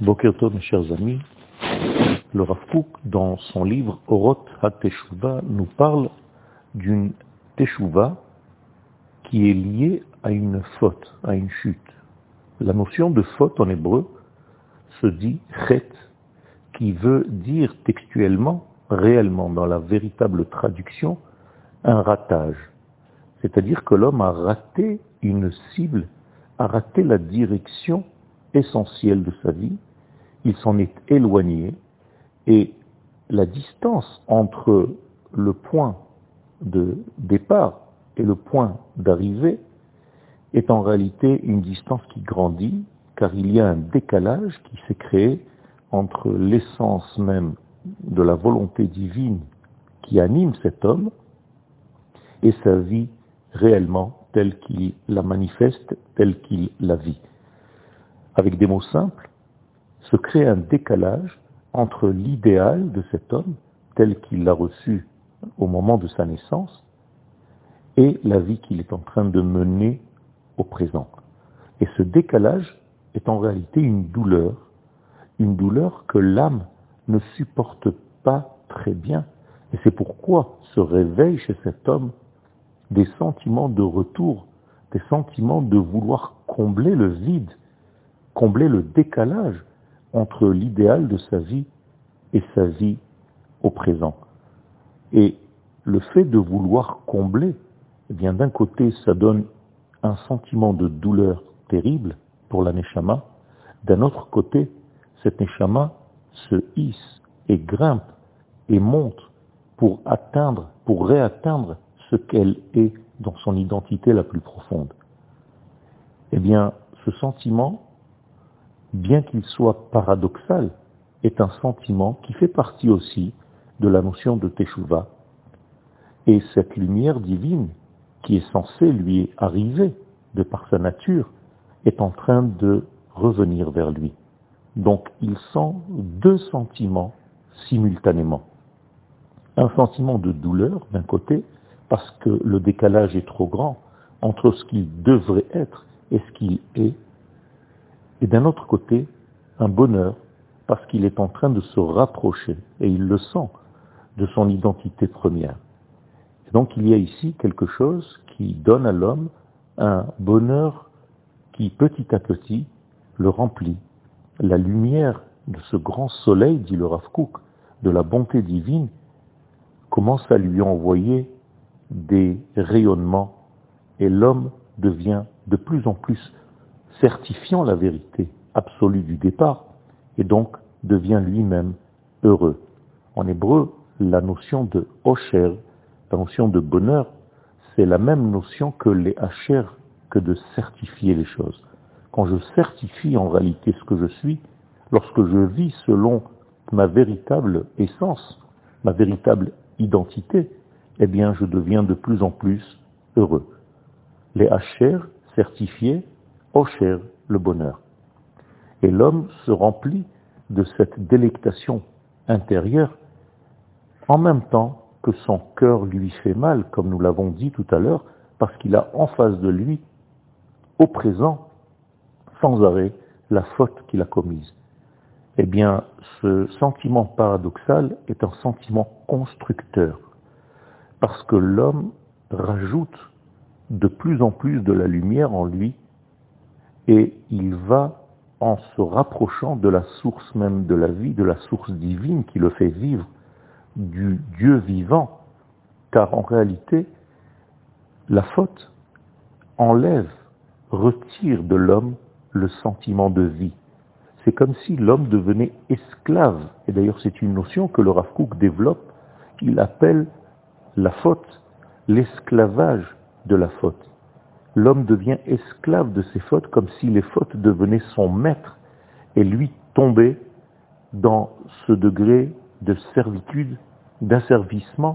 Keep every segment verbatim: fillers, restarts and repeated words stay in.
Boker Tov, mes chers amis, le Rav Kook, dans son livre Orot HaTeshuva, nous parle d'une Teshuva qui est liée à une faute, à une chute. La notion de faute en hébreu se dit chet, qui veut dire textuellement, réellement, dans la véritable traduction, un ratage. C'est-à-dire que l'homme a raté une cible, a raté la direction essentielle de sa vie, il s'en est éloigné, et la distance entre le point de départ et le point d'arrivée est en réalité une distance qui grandit, car il y a un décalage qui s'est créé entre l'essence même de la volonté divine qui anime cet homme et sa vie réellement telle qu'il la manifeste, telle qu'il la vit. Avec des mots simples, se crée un décalage entre l'idéal de cet homme, tel qu'il l'a reçu au moment de sa naissance, et la vie qu'il est en train de mener au présent. Et ce décalage est en réalité une douleur, une douleur que l'âme ne supporte pas très bien. Et c'est pourquoi se réveillent chez cet homme des sentiments de retour, des sentiments de vouloir combler le vide, combler le décalage entre l'idéal de sa vie et sa vie au présent. Et le fait de vouloir combler, eh bien d'un côté, ça donne un sentiment de douleur terrible pour la Neshama, d'un autre côté, cette Neshama se hisse et grimpe et monte pour atteindre, pour réatteindre ce qu'elle est dans son identité la plus profonde. Eh bien, ce sentiment, bien qu'il soit paradoxal, est un sentiment qui fait partie aussi de la notion de Teshuva. Et cette lumière divine, qui est censée lui arriver de par sa nature, est en train de revenir vers lui. Donc il sent deux sentiments simultanément. Un sentiment de douleur d'un côté, parce que le décalage est trop grand entre ce qu'il devrait être et ce qu'il est, et d'un autre côté, un bonheur, parce qu'il est en train de se rapprocher, et il le sent, de son identité première. Et donc il y a ici quelque chose qui donne à l'homme un bonheur qui petit à petit le remplit. La lumière de ce grand soleil, dit le Rav Kook, de la bonté divine, commence à lui envoyer des rayonnements, et l'homme devient de plus en plus certifiant la vérité absolue du départ, et donc devient lui-même heureux. En hébreu, la notion de osher, la notion de bonheur, c'est la même notion que les hacher, que de certifier les choses. Quand je certifie en réalité ce que je suis, lorsque je vis selon ma véritable essence, ma véritable identité, eh bien je deviens de plus en plus heureux. Les hacher, certifiés, osher, le bonheur. Et l'homme se remplit de cette délectation intérieure en même temps que son cœur lui fait mal, comme nous l'avons dit tout à l'heure, parce qu'il a en face de lui, au présent, sans arrêt, la faute qu'il a commise. Eh bien, ce sentiment paradoxal est un sentiment constructeur, parce que l'homme rajoute de plus en plus de la lumière en lui, et il va en se rapprochant de la source même de la vie, de la source divine qui le fait vivre, du Dieu vivant, car en réalité, la faute enlève, retire de l'homme le sentiment de vie. C'est comme si l'homme devenait esclave, et d'ailleurs c'est une notion que le Rav Kook développe, il appelle la faute l'esclavage de la faute. L'homme devient esclave de ses fautes comme si les fautes devenaient son maître et lui tombait dans ce degré de servitude, d'asservissement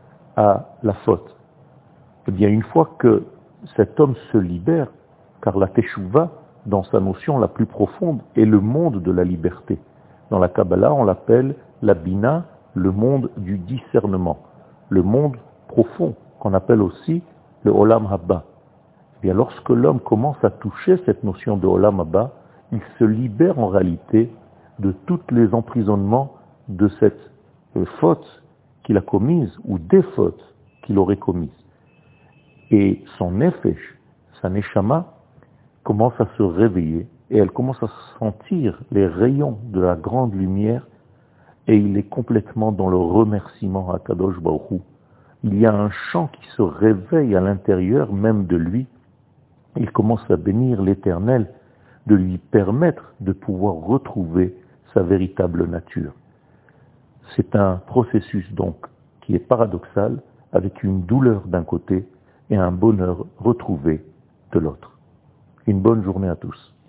à la faute. Eh bien, une fois que cet homme se libère, car la Teshuva, dans sa notion la plus profonde, est le monde de la liberté. Dans la Kabbalah, on l'appelle la Bina, le monde du discernement, le monde profond, qu'on appelle aussi le Olam Haba. Et lorsque l'homme commence à toucher cette notion de Olam Haba, il se libère en réalité de tous les emprisonnements de cette euh, faute qu'il a commise ou des fautes qu'il aurait commises. Et son nefesh, sa neshama, commence à se réveiller et elle commence à sentir les rayons de la grande lumière et il est complètement dans le remerciement à Kadosh Baruch Hu. Il y a un chant qui se réveille à l'intérieur même de lui. Il commence à bénir l'Éternel de lui permettre de pouvoir retrouver sa véritable nature. C'est un processus donc qui est paradoxal, avec une douleur d'un côté et un bonheur retrouvé de l'autre. Une bonne journée à tous.